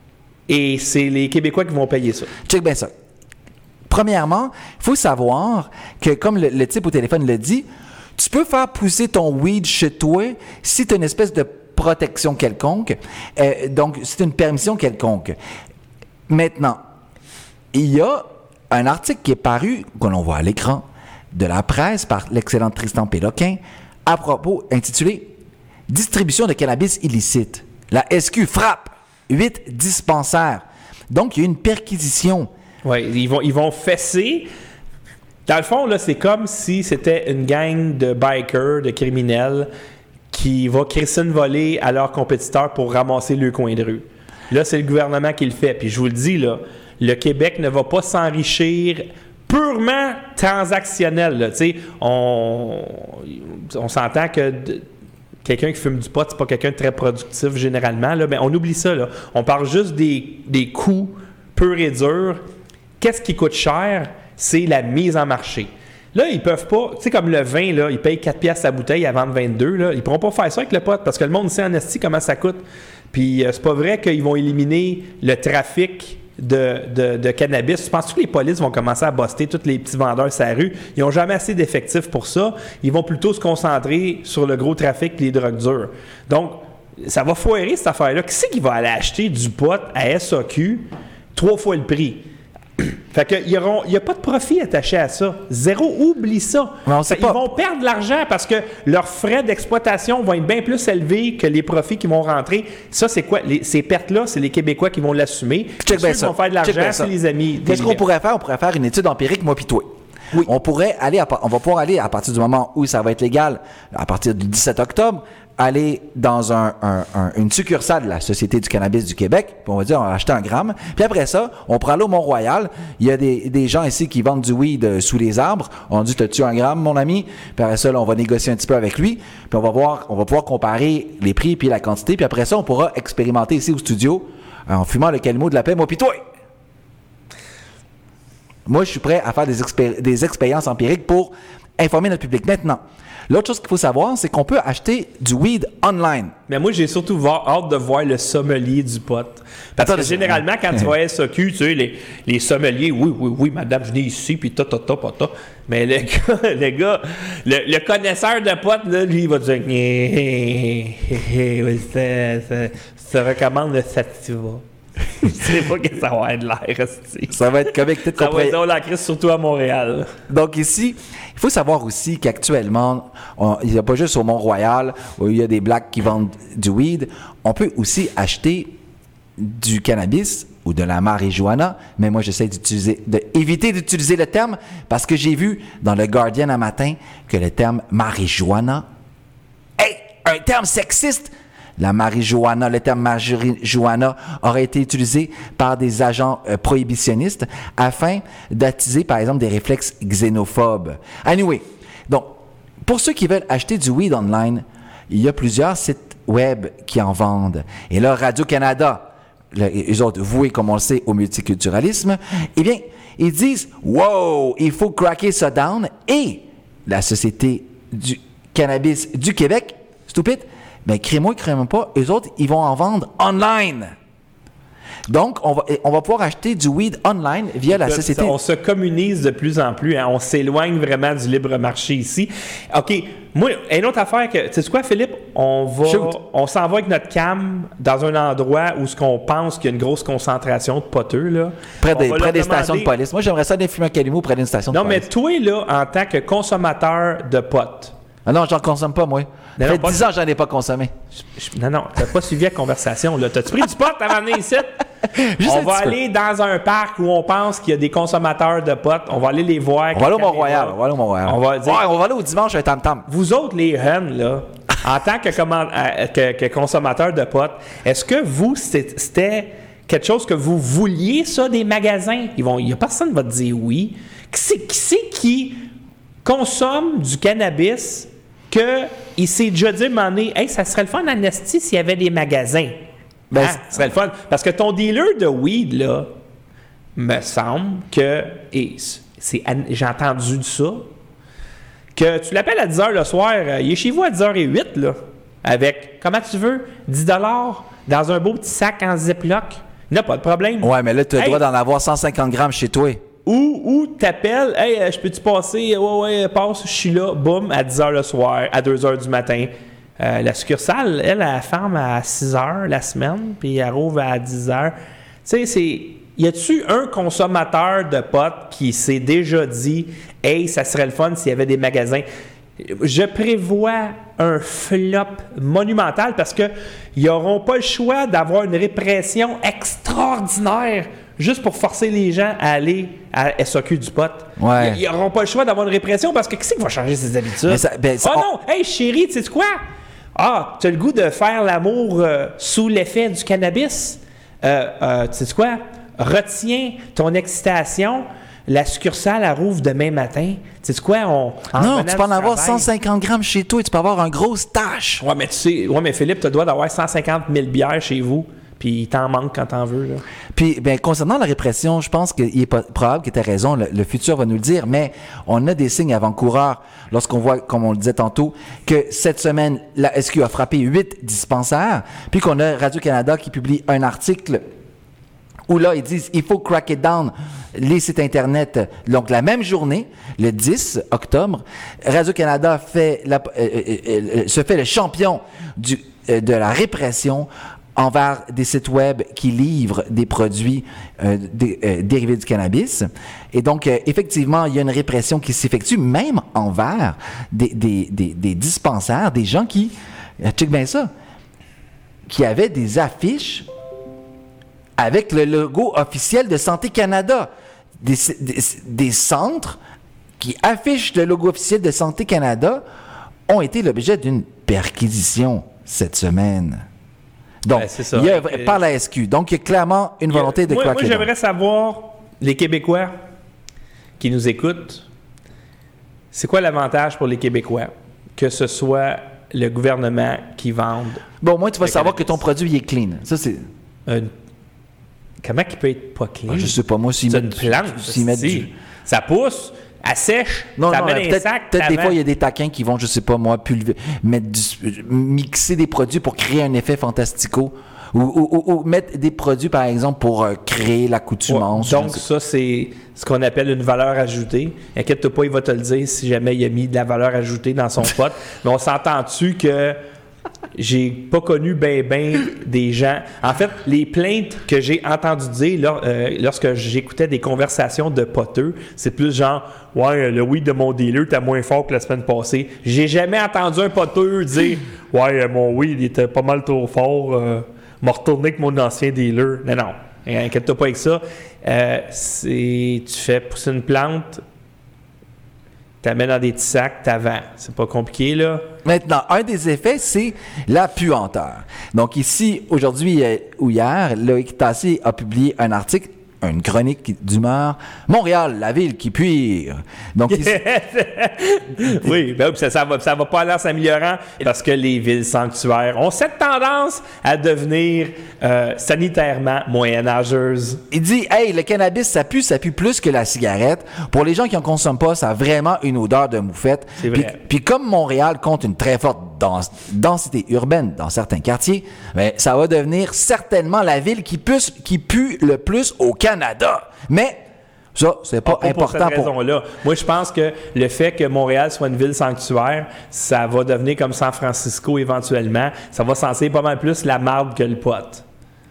et c'est les Québécois qui vont payer ça. Check bien ça. Premièrement, il faut savoir que, comme le, le type au téléphone le dit, tu peux faire pousser ton weed chez toi si tu as une espèce de protection quelconque. Euh, donc, c'est une permission quelconque. Maintenant, il y a un article qui est paru, que l'on voit à l'écran, de la presse par l'excellent Tristan Péloquin, à propos intitulé « Distribution de cannabis illicite ». La S Q frappe huit dispensaires. Donc, il y a eu une perquisition. Oui, ils vont, ils vont fesser. Dans le fond, là, c'est comme si c'était une gang de bikers, de criminels qui va crisser une volée à leurs compétiteurs pour ramasser le coin de rue. Là, c'est le gouvernement qui le fait. Puis je vous le dis, là, le Québec ne va pas s'enrichir purement transactionnel. Là. On, on s'entend que de, quelqu'un qui fume du pot, c'est pas quelqu'un de très productif généralement. Là, mais on oublie ça. Là. On parle juste des, des coûts purs et durs. Qu'est-ce qui coûte cher? C'est la mise en marché. Là, ils peuvent pas, tu sais, comme le vin, là, ils payent quatre piastres la bouteille à vendre vingt-deux. Là, ils pourront pas faire ça avec le pot parce que le monde sait en esti comment ça coûte. Puis euh, c'est pas vrai qu'ils vont éliminer le trafic de, de, de cannabis. Tu penses que les polices vont commencer à buster tous les petits vendeurs sur la rue? Ils n'ont jamais assez d'effectifs pour ça. Ils vont plutôt se concentrer sur le gros trafic et les drogues dures. Donc, ça va foirer cette affaire-là. Qui c'est qui va aller acheter du pot à S A Q trois fois le prix? Fait qu'il n'y a pas de profit attaché à ça. Zéro, oublie ça. Fait, ils vont perdre de l'argent parce que leurs frais d'exploitation vont être bien plus élevés que les profits qui vont rentrer. Ça, c'est quoi? Les, ces pertes-là, c'est les Québécois qui vont l'assumer. Check ceux qui vont faire de l'argent, c'est les amis. Qu'est-ce qu'on pourrait faire? On pourrait faire une étude empirique, moi pis toi. Oui. On pourrait aller, à, on va pouvoir aller à partir du moment où ça va être légal, à partir du dix-sept octobre, aller dans un, un, un, une succursale de la Société du cannabis du Québec, puis on va dire, on va acheter un gramme. Puis après ça, on prend aller au Mont-Royal. Il y a des, des gens ici qui vendent du weed sous les arbres. On dit, t'as-tu un gramme, mon ami? Puis après ça, là, on va négocier un petit peu avec lui. Puis on va voir, on va pouvoir comparer les prix puis la quantité. Puis après ça, on pourra expérimenter ici au studio, en fumant le calmo de la paix, moi pis toi. Moi, je suis prêt à faire des, expé- des expériences empiriques pour informer notre public. Maintenant, l'autre chose qu'il faut savoir, c'est qu'on peut acheter du weed online. Mais moi, j'ai surtout voir, hâte de voir le sommelier du pot. Parce Attends, que généralement, quand tu vas à S A Q, tu sais, les, les sommeliers, oui, oui, oui, madame, venez ici, puis ta, ta, ta, ta, ta. Mais le gars, le, gars le, le connaisseur de pot, là, lui, il va dire, hé, hé, hé, ça, ça, ça recommande le Sativa. Je sais pas que ça va être l'air. C'ti. Ça va être comique. Ça va être drôle la crise, surtout à Montréal. Donc ici, il faut savoir aussi qu'actuellement, on, il n'y a pas juste au Mont-Royal où il y a des blacks qui vendent du weed. On peut aussi acheter du cannabis ou de la marijuana, mais moi j'essaie d'utiliser, d'éviter d'utiliser le terme parce que j'ai vu dans le Guardian un matin que le terme marijuana est un terme sexiste. La marijuana, le terme marijuana aurait été utilisé par des agents euh, prohibitionnistes afin d'attiser, par exemple, des réflexes xénophobes. Anyway, donc, pour ceux qui veulent acheter du weed online, il y a plusieurs sites web qui en vendent. Et là, Radio-Canada, eux autres voués, comme on le sait, au multiculturalisme, eh bien, ils disent « Wow, il faut cracker ça down » et la Société du cannabis du Québec, stupide, bien, crée-moi, crée-moi pas, eux autres, ils vont en vendre online. Donc, on va, on va pouvoir acheter du weed online via la société. On se communise de plus en plus. Hein? On s'éloigne vraiment du libre marché ici. OK. Moi, une autre affaire que... Tu sais quoi, Philippe? On va, on s'en va avec notre cam dans un endroit où ce qu'on pense qu'il y a une grosse concentration de poteux, là. Près des, près des stations de police. Moi, j'aimerais ça aller fumer un calimo près d'une station non, de police. Non, mais toi, là, en tant que consommateur de potes... Ah non, j'en consomme pas, moi. Ça fait dix ans que j'en ai pas consommé. Je, je, non, non, t'as pas suivi la conversation, là. T'as-tu pris du pot avant de venir ici? On va aller peu. dans un parc où on pense qu'il y a des consommateurs de pot. On va aller les voir. On va aller au Mont-Royal. On va aller au Mont-Royal. On va, dire, ouais, on va aller au dimanche à Tam-Tam. Vous autres, les jeunes, là, en tant que, comment, euh, que, que consommateurs de pot, est-ce que vous, c'était quelque chose que vous vouliez, ça, des magasins? Il n'y a personne qui va te dire oui. Qui c'est qui, c'est qui consomme du cannabis qu'il s'est déjà dit, donné, hey, ça serait le fun en esti s'il y avait des magasins. Ben, ah, ça serait le fun. Parce que ton dealer de weed, là, me semble que, et c'est, j'ai entendu ça, que tu l'appelles à dix heures le soir, il est chez vous à dix heures zéro huit, là, avec, comment tu veux, dix dollars dans un beau petit sac en Ziploc. Il n'y a pas de problème. Ouais, mais là, tu as le hey, droit d'en avoir cent cinquante grammes chez toi. Ou, ou t'appelles, hey, je peux-tu passer? Ouais, ouais, passe, je suis là, boum, à dix heures le soir, à deux heures du matin. Euh, la succursale, elle, elle ferme à six heures la semaine, puis elle rouvre à dix heures. Tu sais, c'est. Y a-tu un consommateur de pot qui s'est déjà dit, hey, ça serait le fun s'il y avait des magasins? je prévois un flop monumental parce qu'ils n'auront pas le choix d'avoir une répression extraordinaire juste pour forcer les gens à aller à S A Q du pot. Ouais. Ils n'auront pas le choix d'avoir une répression parce que qui c'est qui va changer ses habitudes? Mais ça- ben, ça- oh non! Hey chérie, tu sais quoi? Ah, tu as le goût de faire l'amour euh, sous l'effet du cannabis? Euh, euh, tu sais quoi? Retiens ton excitation. La succursale, elle rouvre demain matin. Tu sais quoi? On, en Non, revenant tu peux en du avoir travail- cent cinquante grammes chez toi et tu peux avoir un gros stash. Ouais, mais tu sais, ouais, mais Philippe, tu dois d'avoir cent cinquante mille bières chez vous, puis il t'en manque quand t'en veux. Là. Puis, ben, concernant la répression, je pense qu'il est pas- probable que tu aies raison, le, le futur va nous le dire, mais on a des signes avant-coureurs lorsqu'on voit, comme on le disait tantôt, que cette semaine, la S Q a frappé huit dispensaires, puis qu'on a Radio-Canada qui publie un article où là, ils disent il faut crack it down les sites Internet. Donc, la même journée, le dix octobre, Radio-Canada fait la, euh, euh, euh, se fait le champion du, euh, de la répression envers des sites web qui livrent des produits euh, dé- euh, dérivés du cannabis. Et donc, euh, effectivement, il y a une répression qui s'effectue même envers des, des, des, des dispensaires, des gens qui, euh, check bien ça, qui avaient des affiches avec le logo officiel de Santé Canada. Des, des, des centres qui affichent le logo officiel de Santé Canada ont été l'objet d'une perquisition cette semaine. Donc, Ben, c'est ça. il y a, Euh, par la S Q. Donc, il y a clairement une volonté de moi, craquer moi, down. j'aimerais savoir, les Québécois qui nous écoutent, c'est quoi l'avantage pour les Québécois que ce soit le gouvernement qui vende Bon, moi, tu vas le savoir que cannabis. ton produit il est clean. Ça, c'est... un... Comment qu'il peut être pas clean? Ah, je sais pas, moi, s'ils C'est mettent une plante. s'ils mettent si. du- Ça pousse, elle sèche, Non, ça non, met mais dans un peut-être, sac, peut-être des t'avais- fois, il y a des taquins qui vont, je sais pas moi, pulver, mettre du- mixer des produits pour créer un effet fantastico. Ou, ou- ou- ou mettre des produits, par exemple, pour euh, créer l'accoutumance. Ouais, donc, je sais- ça, c'est ce qu'on appelle une valeur ajoutée. Inquiète-toi pas, il va te le dire si jamais il a mis de la valeur ajoutée dans son pot. Mais on s'entend-tu que j'ai pas connu ben ben des gens... En fait, les plaintes que j'ai entendues dire lors- euh, lorsque j'écoutais des conversations de poteux, c'est plus genre « Ouais, le weed de mon dealer était moins fort que la semaine passée. » J'ai jamais entendu un poteux dire « Ouais, mon weed il était pas mal trop fort. Euh, m'a retourné avec mon ancien dealer. » Non, non. Inquiète-toi pas avec ça. Euh, c'est, tu fais pousser une plante, tu la mets dans des petits sacs, tu vends. C'est pas compliqué, là. Maintenant, un des effets, c'est la puanteur. Donc ici, aujourd'hui euh, ou hier, Loïc Tassé a publié un article, une chronique d'humeur. Montréal, la ville qui puire. Donc ici, Oui, ben, ça, ça va, ça va pas aller en s'améliorant parce que les villes sanctuaires ont cette tendance à devenir euh, sanitairement moyenâgeuses. il dit, hey, le cannabis, ça pue, ça pue plus que la cigarette. Pour les gens qui en consomment pas, ça a vraiment une odeur de moufette. C'est vrai. Puis, puis comme Montréal compte une très forte dens- densité urbaine dans certains quartiers, ben, ça va devenir certainement la ville qui pue, qui pue le plus au Canada. Mais ça, c'est pas Pas pour important cette pour... raison-là. Moi, je pense que le fait que Montréal soit une ville sanctuaire, ça va devenir comme San Francisco éventuellement. Ça va sentir pas mal plus la marde que le pot.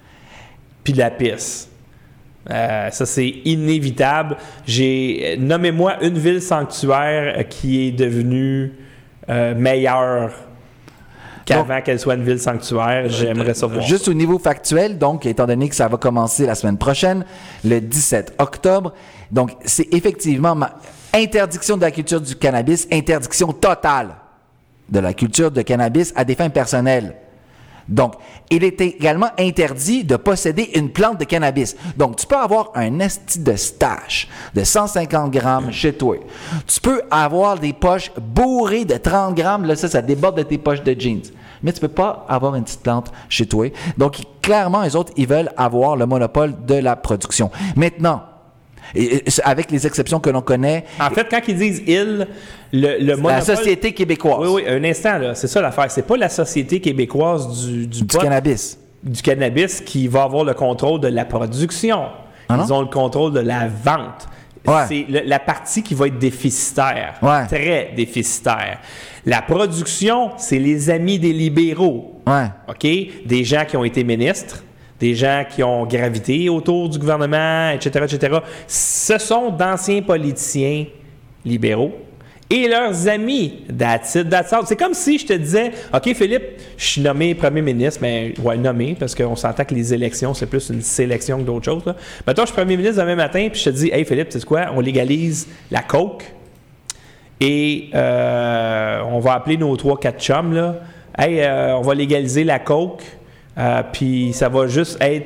Puis la pisse. Euh, ça, c'est inévitable. J'ai nommez-moi une ville sanctuaire qui est devenue euh, meilleure qu'avant qu'elle soit une ville sanctuaire. J'aimerais savoir. Juste au niveau factuel, donc, étant donné que ça va commencer la semaine prochaine, le dix-sept octobre, donc, c'est effectivement ma interdiction de la culture du cannabis, interdiction totale de la culture de cannabis à des fins personnelles. Donc, il est également interdit de posséder une plante de cannabis. Donc, tu peux avoir un esti de stash de cent cinquante grammes chez toi. Tu peux avoir des poches bourrées de trente grammes. Là, ça, ça déborde de tes poches de jeans. Mais tu peux pas avoir une petite plante chez toi. Donc, clairement, les autres, ils veulent avoir le monopole de la production. Maintenant, et, et, avec les exceptions que l'on connaît, En fait, quand ils disent « il », le, le la monopole... société québécoise Oui, oui, un instant, là. C'est ça l'affaire. C'est pas la société québécoise du, du, du pot, cannabis. du cannabis qui va avoir le contrôle de la production. Ah Ils non? ont le contrôle de la vente. Ouais. C'est le- la partie qui va être déficitaire. Ouais. Très déficitaire. La production, c'est les amis des libéraux. Ouais. OK? Des gens qui ont été ministres, des gens qui ont gravité autour du gouvernement, et cetera, et cetera. Ce sont d'anciens politiciens libéraux et leurs amis. That's it, that's all. C'est comme si je te disais, OK, Philippe, je suis nommé premier ministre, mais ouais, nommé, parce qu'on s'entend que les élections, c'est plus une sélection que d'autres choses. Là. Maintenant, je suis premier ministre demain matin, puis je te dis, hey, Philippe, tu sais quoi, on légalise la coke, et euh, on va appeler nos trois, quatre chums, là. Hey, euh, on va légaliser la coke, euh, puis ça va juste être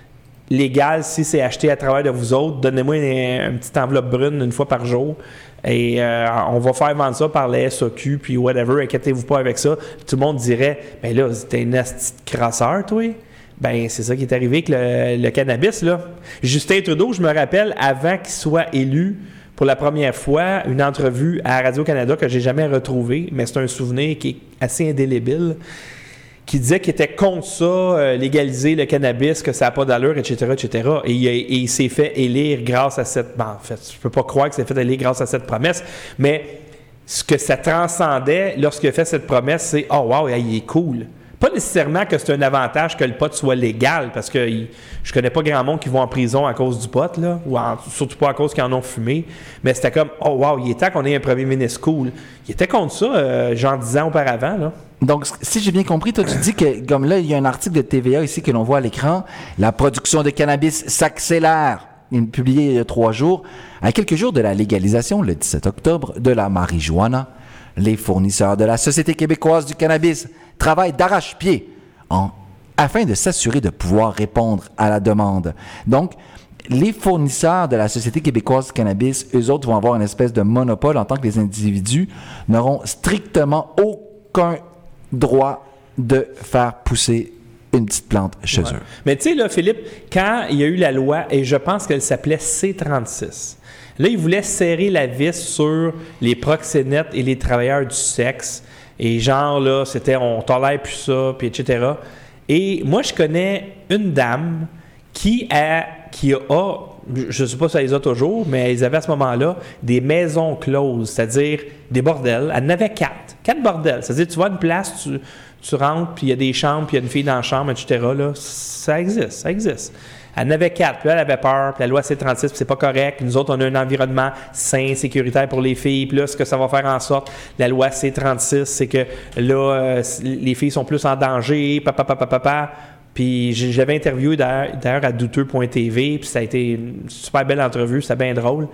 légal si c'est acheté à travers de vous autres. Donnez-moi une, une petite enveloppe brune une fois par jour. Et euh, on va faire vendre ça par les S A Q, puis whatever, inquiétez-vous pas avec ça. Puis tout le monde dirait, ben là, t'es une petite crasseur, toi. Ben, c'est ça qui est arrivé avec le, le cannabis, là. Justin Trudeau, je me rappelle, avant qu'il soit élu, pour la première fois, une entrevue à Radio-Canada que j'ai jamais retrouvée, mais c'est un souvenir qui est assez indélébile, qui disait qu'il était contre ça, euh, légaliser le cannabis, que ça n'a pas d'allure, et cetera, et cetera. Et il, a, et il s'est fait élire grâce à cette... Ben, en fait, je peux pas croire qu'il s'est fait élire grâce à cette promesse, mais ce que ça transcendait lorsqu'il a fait cette promesse, c'est « Oh, wow, il est cool ». Pas nécessairement que c'est un avantage que le pot soit légal, parce que il, je connais pas grand monde qui vont en prison à cause du pot, là, ou en, surtout pas à cause qu'ils en ont fumé, mais c'était comme « Oh, wow, il est temps qu'on ait un premier ministre cool ». Il était contre ça, euh, genre dix ans auparavant, là. Donc, si j'ai bien compris, toi, tu dis que, comme là, il y a un article de T V A ici que l'on voit à l'écran, la production de cannabis s'accélère. Il est publié il y a trois jours. À quelques jours de la légalisation, le dix-sept octobre, de la marijuana, les fournisseurs de la Société québécoise du cannabis travaillent d'arrache-pied en, afin de s'assurer de pouvoir répondre à la demande. Donc, les fournisseurs de la Société québécoise du cannabis, eux autres vont avoir une espèce de monopole en tant que les individus n'auront strictement aucun droit de faire pousser une petite plante chez Ouais. eux. Mais tu sais, là, Philippe, quand il y a eu la loi, et je pense qu'elle s'appelait C trente-six, là, ils voulaient serrer la vis sur les proxénètes et les travailleurs du sexe. Et genre, là, c'était on tolère plus ça, puis et cetera. Et moi, je connais une dame qui a, qui a je ne sais pas si elle les a toujours, mais ils avaient à ce moment-là des maisons closes, c'est-à-dire des bordels. Elle en avait quatre. Quatre bordels. C'est-à-dire, tu vas à une place, tu, tu rentres, puis il y a des chambres, puis il y a une fille dans la chambre, et cetera. Là, ça existe, ça existe. Elle en avait quatre, puis là, elle avait peur, puis la loi C trente-six, puis c'est pas correct. Nous autres, on a un environnement sain, sécuritaire pour les filles, puis là, ce que ça va faire en sorte, la loi C trente-six, c'est que là, euh, les filles sont plus en danger, papa, papa, papa. Puis j'avais interviewé d'ailleurs à douteux point t v, puis ça a été une super belle entrevue, c'était bien drôle.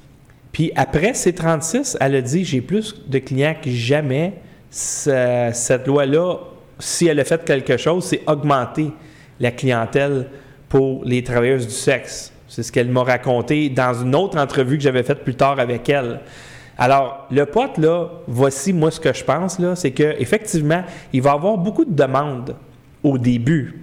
Puis après C trente-six, elle a dit, j'ai plus de clients que jamais. Ça, cette loi-là, si elle a fait quelque chose, c'est augmenter la clientèle pour les travailleuses du sexe. C'est ce qu'elle m'a raconté dans une autre entrevue que j'avais faite plus tard avec elle. Alors, le pot, là, voici moi ce que je pense, là, c'est qu'effectivement, il va y avoir beaucoup de demandes au début.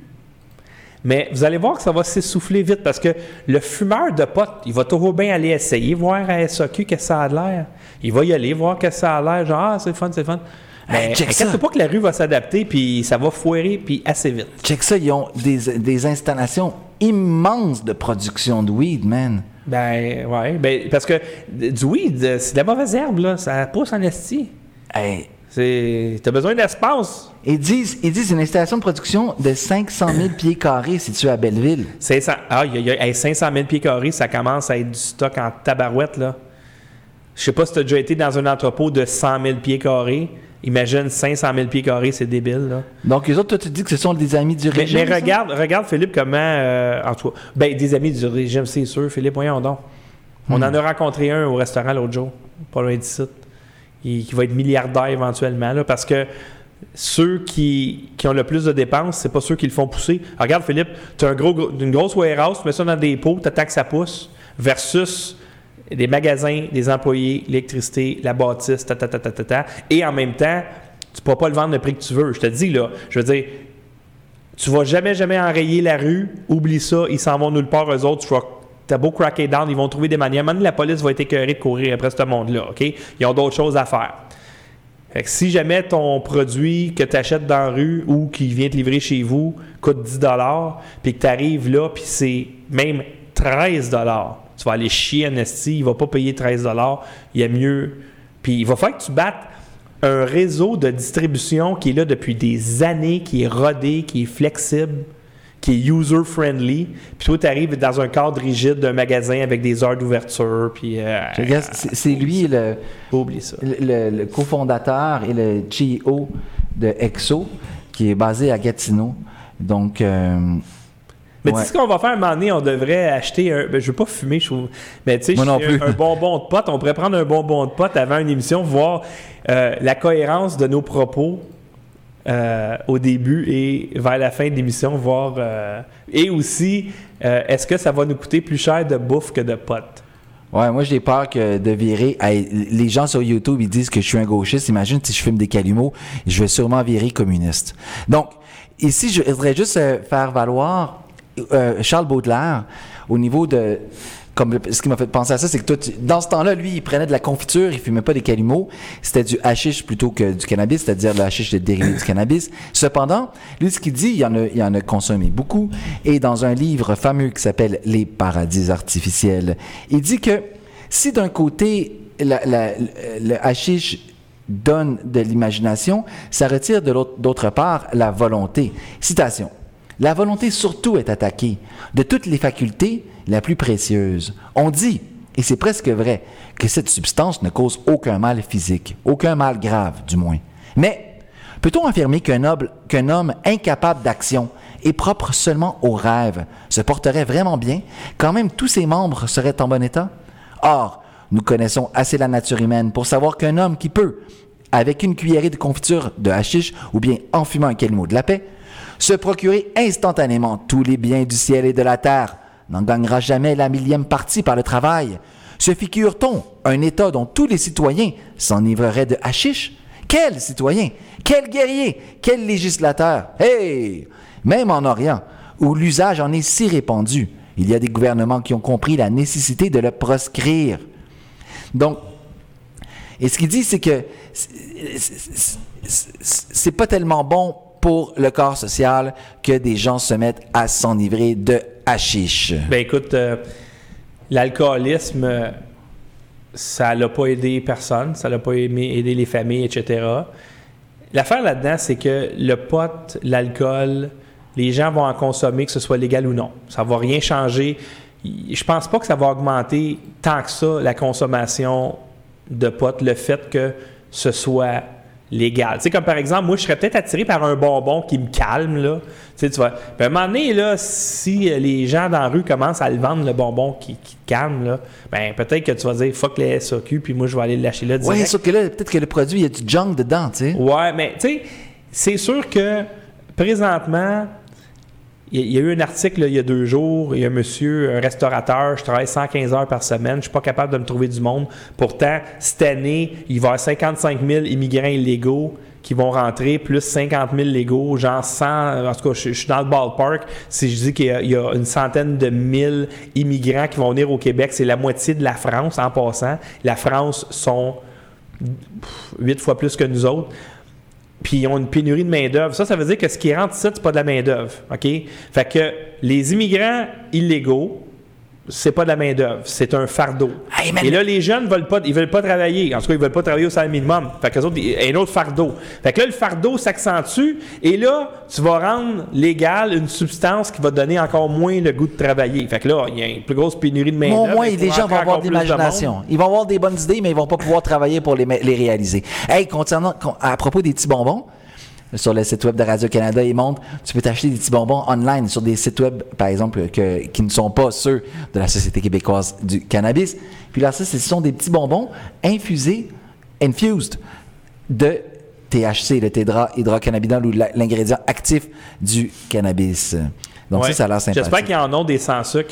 Mais vous allez voir que ça va s'essouffler vite parce que le fumeur de pot, il va toujours bien aller essayer, voir à S A Q qu'est-ce que ça a l'air. Il va y aller, voir qu'est-ce que ça a l'air, genre, ah, c'est le fun, c'est le fun. Mais inquiète-toi pas que la rue va s'adapter, puis ça va foirer, puis assez vite. Check ça, ils ont des, des installations immenses de production de weed, man. Ben, ouais, ben, parce que du weed, c'est de la mauvaise herbe, là, ça pousse en esti. Hey. C'est... T'as besoin d'espace. Ils disent, ils disent une installation de production de cinq cent mille pieds carrés située à Belleville. cinq cents, ah, y a, y a, hey, cinq cent mille pieds carrés, ça commence à être du stock en tabarouette, là. Je sais pas si tu as déjà été dans un entrepôt de cent mille pieds carrés. Imagine cinq cent mille pieds carrés, c'est débile, là. Donc, eux autres, toi, tu dis que ce sont des amis du mais, régime? Mais regarde, regarde, Philippe, comment... Euh, en tout cas, ben, des amis du régime, c'est sûr. Philippe, voyons donc. On hmm. en a rencontré un au restaurant l'autre jour, pas loin d'ici, qui va être milliardaire éventuellement, là, parce que ceux qui, qui ont le plus de dépenses, c'est pas ceux qui le font pousser. Alors, regarde, Philippe, tu as un gros, une grosse warehouse, tu mets ça dans des pots, tu attends que ça pousse, versus des magasins, des employés, l'électricité, la bâtisse, ta, ta, ta, ta, ta, ta, et en même temps, tu ne pourras pas le vendre le prix que tu veux. Je te dis, là, je veux dire, tu vas jamais, jamais enrayer la rue, oublie ça, ils s'en vont nulle part, eux autres, tu vas, t'as beau cracker down, ils vont trouver des manières. Maintenant, la police va être écœurée de courir après ce monde-là, OK? Ils ont d'autres choses à faire. Fait que si jamais ton produit que tu achètes dans la rue ou qui vient te livrer chez vous coûte dix dollars, puis que tu arrives là, puis c'est même treize dollars, tu vas aller chier en esti, il ne va pas payer treize dollars, il y a mieux. Puis il va falloir que tu battes un réseau de distribution qui est là depuis des années, qui est rodé, qui est flexible, qui est user-friendly. Puis toi, tu arrives dans un cadre rigide d'un magasin avec des heures d'ouverture. Puis, euh, Je guess, c'est, c'est lui le, oublie ça. le, le, le cofondateur et le C E O de Exo, qui est basé à Gatineau. Donc, euh, mais ouais. tu sais ce qu'on va faire un moment donné, on devrait acheter un. Ben, je veux pas fumer, je trouve. Mais tu sais, Moi non un, plus. un bonbon de pote, on pourrait prendre un bonbon de pote avant une émission, voir euh, la cohérence de nos propos. Euh, au début et vers la fin de l'émission, voir euh, et aussi euh, est-ce que ça va nous coûter plus cher de bouffe que de potes? Ouais, moi j'ai peur que de virer. Hey, les gens sur YouTube ils disent que je suis un gauchiste. Imagine si je fume des calumeaux, je vais sûrement virer communiste. Donc ici, je voudrais juste euh, faire valoir euh, Charles Baudelaire au niveau de. Comme ce qui m'a fait penser à ça, c'est que toi, tu, dans ce temps-là, lui, il prenait de la confiture, il fumait pas des calumeaux, c'était du hashish plutôt que du cannabis, c'est-à-dire le hashish de dérivé du cannabis. Cependant, lui, ce qu'il dit, il en a, il en a consommé beaucoup, et dans un livre fameux qui s'appelle « Les paradis artificiels », il dit que si d'un côté, la, la, le hashish donne de l'imagination, ça retire de l'autre, d'autre part la volonté. Citation. « La volonté surtout est attaquée. De toutes les facultés, la plus précieuse. On dit, et c'est presque vrai, que cette substance ne cause aucun mal physique, aucun mal grave du moins. Mais peut-on affirmer qu'un homme, qu'un homme incapable d'action et propre seulement au rêve se porterait vraiment bien, quand même tous ses membres seraient en bon état? Or, nous connaissons assez la nature humaine pour savoir qu'un homme qui peut, avec une cuillerée de confiture de hashish ou bien en fumant un calumeau de la paix, se procurer instantanément tous les biens du ciel et de la terre, n'en gagnera jamais la millième partie par le travail. Se figure-t-on un État dont tous les citoyens s'enivreraient de hashish? Quel citoyen? Quel guerrier? Quel législateur? Hey! Même en Orient, où l'usage en est si répandu, il y a des gouvernements qui ont compris la nécessité de le proscrire. Donc, et ce qu'il dit, c'est que c'est, c'est, c'est pas tellement bon pour le corps social que des gens se mettent à s'enivrer de hashish. Ben écoute, euh, l'alcoolisme, euh, ça l'a pas aidé personne, ça l'a pas aimé, aidé les familles, et cetera. L'affaire là-dedans, c'est que le pot, l'alcool, les gens vont en consommer, que ce soit légal ou non. Ça va rien changer. Je pense pas que ça va augmenter tant que ça la consommation de pot, le fait que ce soit légal. Tu sais, comme par exemple, moi, je serais peut-être attiré par un bonbon qui me calme, là. Tu sais, tu vois. Puis à un moment donné, là, si les gens dans la rue commencent à le vendre, le bonbon qui, qui te calme, là, ben peut-être que tu vas dire « fuck les S A Q », puis moi, je vais aller le lâcher là direct. Oui, sauf que là, peut-être que le produit, il y a du junk dedans, tu sais. Ouais, mais tu sais, c'est sûr que présentement, il y, y a eu un article là, il y a deux jours, il y a un monsieur, un restaurateur, je travaille cent quinze heures par semaine, je suis pas capable de me trouver du monde. Pourtant, cette année, il va y avoir cinquante-cinq mille immigrants illégaux qui vont rentrer, plus cinquante mille légaux, genre cent, en tout cas, je, je suis dans le ballpark. Si je dis qu'il y a, il y a une centaine de mille immigrants qui vont venir au Québec, c'est la moitié de la France en passant. La France sont huit fois plus que nous autres. Puis ils ont une pénurie de main-d'œuvre. Ça, ça veut dire que ce qui rentre ici, c'est pas de la main-d'œuvre. OK? Fait que les immigrants illégaux, c'est pas de la main-d'œuvre, c'est un fardeau. Hey, man. Et là, les jeunes veulent pas, ils veulent pas travailler. En tout cas, ils veulent pas travailler au salaire minimum. Fait que les autres, il y a un autre fardeau. Fait que là, le fardeau s'accentue. Et là, tu vas rendre légal une substance qui va donner encore moins le goût de travailler. Fait que là, il y a une plus grosse pénurie de main-d'œuvre. Au moins, les gens vont avoir de l'imagination. Ils vont avoir des bonnes idées, mais ils vont pas pouvoir travailler pour les, les réaliser. Hey, concernant, à propos des petits bonbons, sur le site web de Radio-Canada, ils montrent, tu peux t'acheter des petits bonbons online sur des sites web, par exemple, que, qui ne sont pas ceux de la Société québécoise du cannabis. Puis là, ça, ce sont des petits bonbons infusés, infused, de T H C, le tétrahydrocannabinol, ou l'ingrédient actif du cannabis. Donc ouais. ça, ça a l'air sympathique. J'espère qu'ils en ont des sans sucre.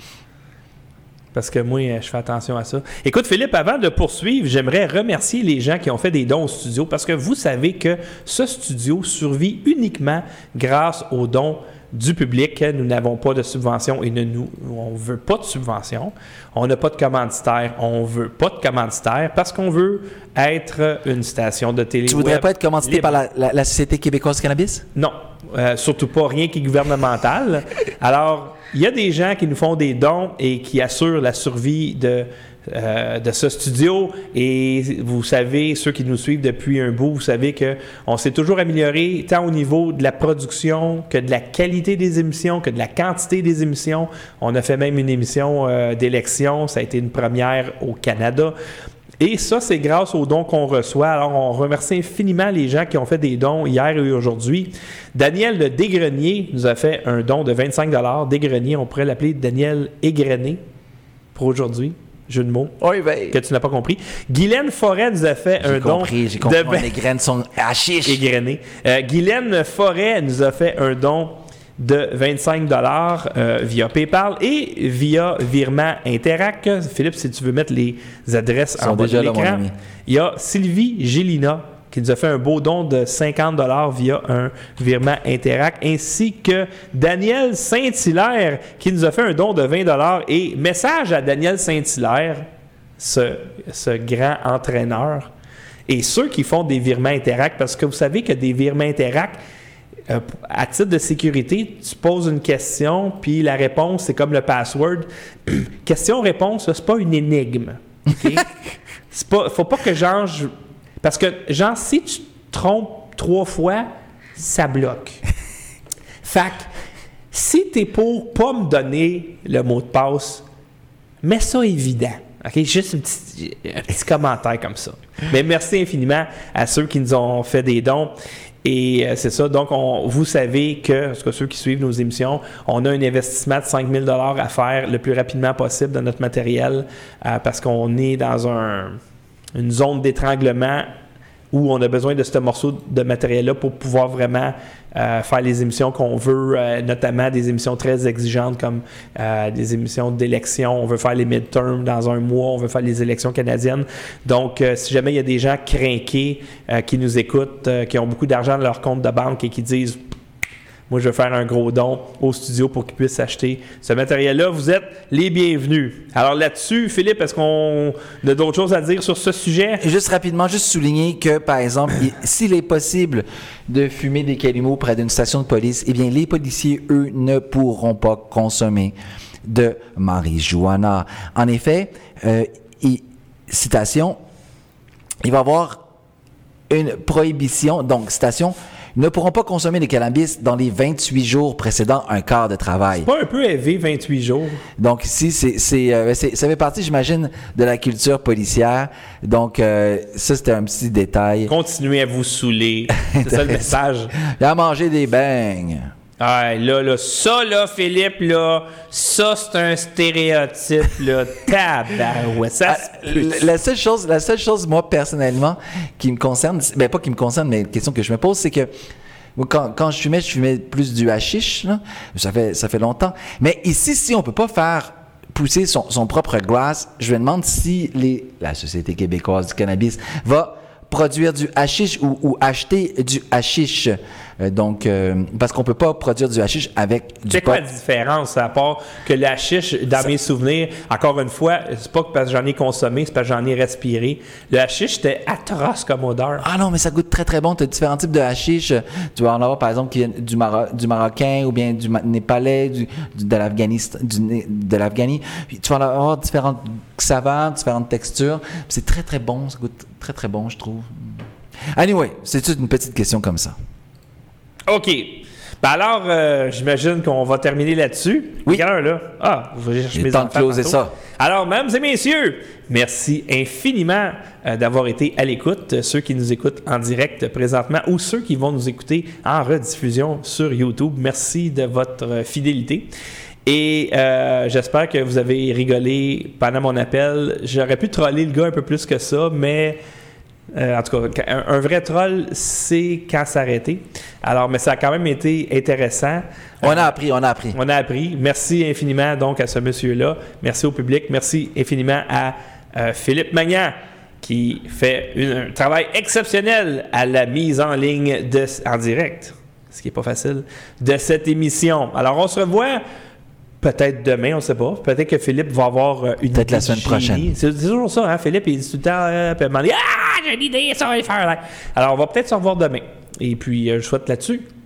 Parce que moi, je fais attention à ça. Écoute, Philippe, avant de poursuivre, j'aimerais remercier les gens qui ont fait des dons au studio parce que vous savez que ce studio survit uniquement grâce aux dons du public. Nous n'avons pas de subvention et ne nous, on ne veut pas de subvention. On n'a pas de commanditaire. On ne veut pas de commanditaire parce qu'on veut être une station de télé. Tu ne voudrais pas être commandité libre par la, la, la Société québécoise du cannabis? Non, euh, surtout pas rien qui est gouvernemental. Alors, il y a des gens qui nous font des dons et qui assurent la survie de euh, de ce studio. Et vous savez, ceux qui nous suivent depuis un bout, vous savez qu'on s'est toujours amélioré tant au niveau de la production que de la qualité des émissions, que de la quantité des émissions. On a fait même une émission euh, d'élection. Ça a été une première au Canada. Et ça, c'est grâce aux dons qu'on reçoit. Alors, on remercie infiniment les gens qui ont fait des dons hier et aujourd'hui. Daniel de Desgreniers nous a fait un don de vingt-cinq dollars. Desgreniers, on pourrait l'appeler Daniel Égrené pour aujourd'hui. Jeu de mots Oui, ben. que tu n'as pas compris. Guylaine Forêt nous a fait J'ai un compris, don j'ai compris. de... Les graines sont hachiches. Égrené. Euh, Guylaine Forêt nous a fait un don de vingt-cinq dollars euh, via PayPal et via virement Interac. Philippe, si tu veux mettre les adresses Ils sont en bas de déjà là, l'écran. mon ami. Il y a Sylvie Gélina qui nous a fait un beau don de cinquante dollars via un virement Interac, ainsi que Daniel Saint-Hilaire qui nous a fait un don de vingt dollars. Et message à Daniel Saint-Hilaire, ce, ce grand entraîneur, et ceux qui font des virements Interac, parce que vous savez que des virements Interac, Euh, à titre de sécurité, tu poses une question, puis la réponse, c'est comme le password. Question-réponse, là, c'est pas une énigme. Okay? C'est pas, faut pas que genre... je- Parce que, genre, si tu te trompes trois fois, ça bloque. Fait que, si t'es pour pas me donner le mot de passe, mets ça évident. OK? Juste un petit, un petit commentaire comme ça. Mais merci infiniment à ceux qui nous ont fait des dons. Et euh, c'est ça. Donc, on, vous savez que, en tout cas, ceux qui suivent nos émissions, on a un investissement de cinq mille dollars à faire le plus rapidement possible dans notre matériel euh, parce qu'on est dans un, une zone d'étranglement où on a besoin de ce morceau de matériel-là pour pouvoir vraiment euh, faire les émissions qu'on veut, euh, notamment des émissions très exigeantes comme euh, des émissions d'élection. On veut faire les midterms dans un mois, on veut faire les élections canadiennes. Donc, euh, si jamais il y a des gens crinqués euh, qui nous écoutent, euh, qui ont beaucoup d'argent dans leur compte de banque et qui disent « Moi, je veux faire un gros don au studio pour qu'ils puissent acheter ce matériel-là. » Vous êtes les bienvenus. Alors là-dessus, Philippe, est-ce qu'on a d'autres choses à dire sur ce sujet? Juste rapidement, juste souligner que, par exemple, il- s'il est possible de fumer des calumeaux près d'une station de police, eh bien, les policiers, eux, ne pourront pas consommer de marijuana. En effet, euh, il- citation, il va y avoir une prohibition, donc, citation, ne pourront pas consommer de cannabis dans les vingt-huit jours précédant un quart de travail. Pas un peu élevé, vingt-huit jours. Donc ici, c'est, c'est, euh, c'est- ça fait partie, j'imagine, de la culture policière. Donc euh, ça, c'était un petit détail. Continuez à vous saouler. C'est ça le message. Il a mangé des beignes. Ah, là, là, ça, là, Philippe, là, ça, c'est un stéréotype, là, tabarouette, ça se peut. La seule chose, la seule chose, moi, personnellement, qui me concerne, ben pas qui me concerne, mais une question que je me pose, c'est que moi, quand, quand je fumais, je fumais plus du hashish, là. Ça fait, ça fait longtemps. Mais ici, si on peut pas faire pousser son, son propre glace, je me demande si les, la Société québécoise du cannabis va produire du hashish ou, ou acheter du hashish. Euh, donc, euh, parce qu'on peut pas produire du hashish avec du C'est pot. quoi la différence, à part que le hashish, dans mes souvenirs, encore une fois, c'est pas parce que j'en ai consommé, c'est parce que j'en ai respiré. Le hashish, c'était atroce comme odeur. Ah non, mais ça goûte très très bon. Tu as différents types de hashish. Tu vas en avoir par exemple qui viennent du, Maro- du marocain ou bien du ma- népalais, du, du- de l'Afghanistan, du, né- de l'Afghanie. Puis tu vas en avoir différentes saveurs, différentes textures. Puis c'est très très bon. Ça goûte très très bon, je trouve. Anyway, c'est toute une petite question comme ça. OK. Ben alors, euh, j'imagine qu'on va terminer là-dessus. Oui. Quelle heure, là? Ah, vous voulez chercher Il est mes temps de enfants closer tantôt. ça. Alors, mesdames et messieurs, merci infiniment euh, d'avoir été à l'écoute. Euh, Ceux qui nous écoutent en direct présentement ou ceux qui vont nous écouter en rediffusion sur YouTube, merci de votre euh, fidélité. Et euh, j'espère que vous avez rigolé pendant mon appel. J'aurais pu troller le gars un peu plus que ça, mais... Euh, en tout cas, un, un vrai troll, c'est quand s'arrêter. Alors, mais ça a quand même été intéressant. On a appris, on a appris. On a appris. Merci infiniment donc à ce monsieur-là. Merci au public. Merci infiniment à euh, Philippe Magnan qui fait une- un travail exceptionnel à la mise en ligne de, en direct, ce qui n'est pas facile, de cette émission. Alors, on se revoit peut-être demain, on ne sait pas. Peut-être que Philippe va avoir euh, une Peut-être la idée semaine de génie. prochaine. C'est c'est toujours ça, hein? Philippe, il dit tout le temps, euh, puis il m'a dit « Ah, j'ai une idée, ça va le faire! » Alors, on va peut-être se revoir demain. Et puis, euh, je souhaite là-dessus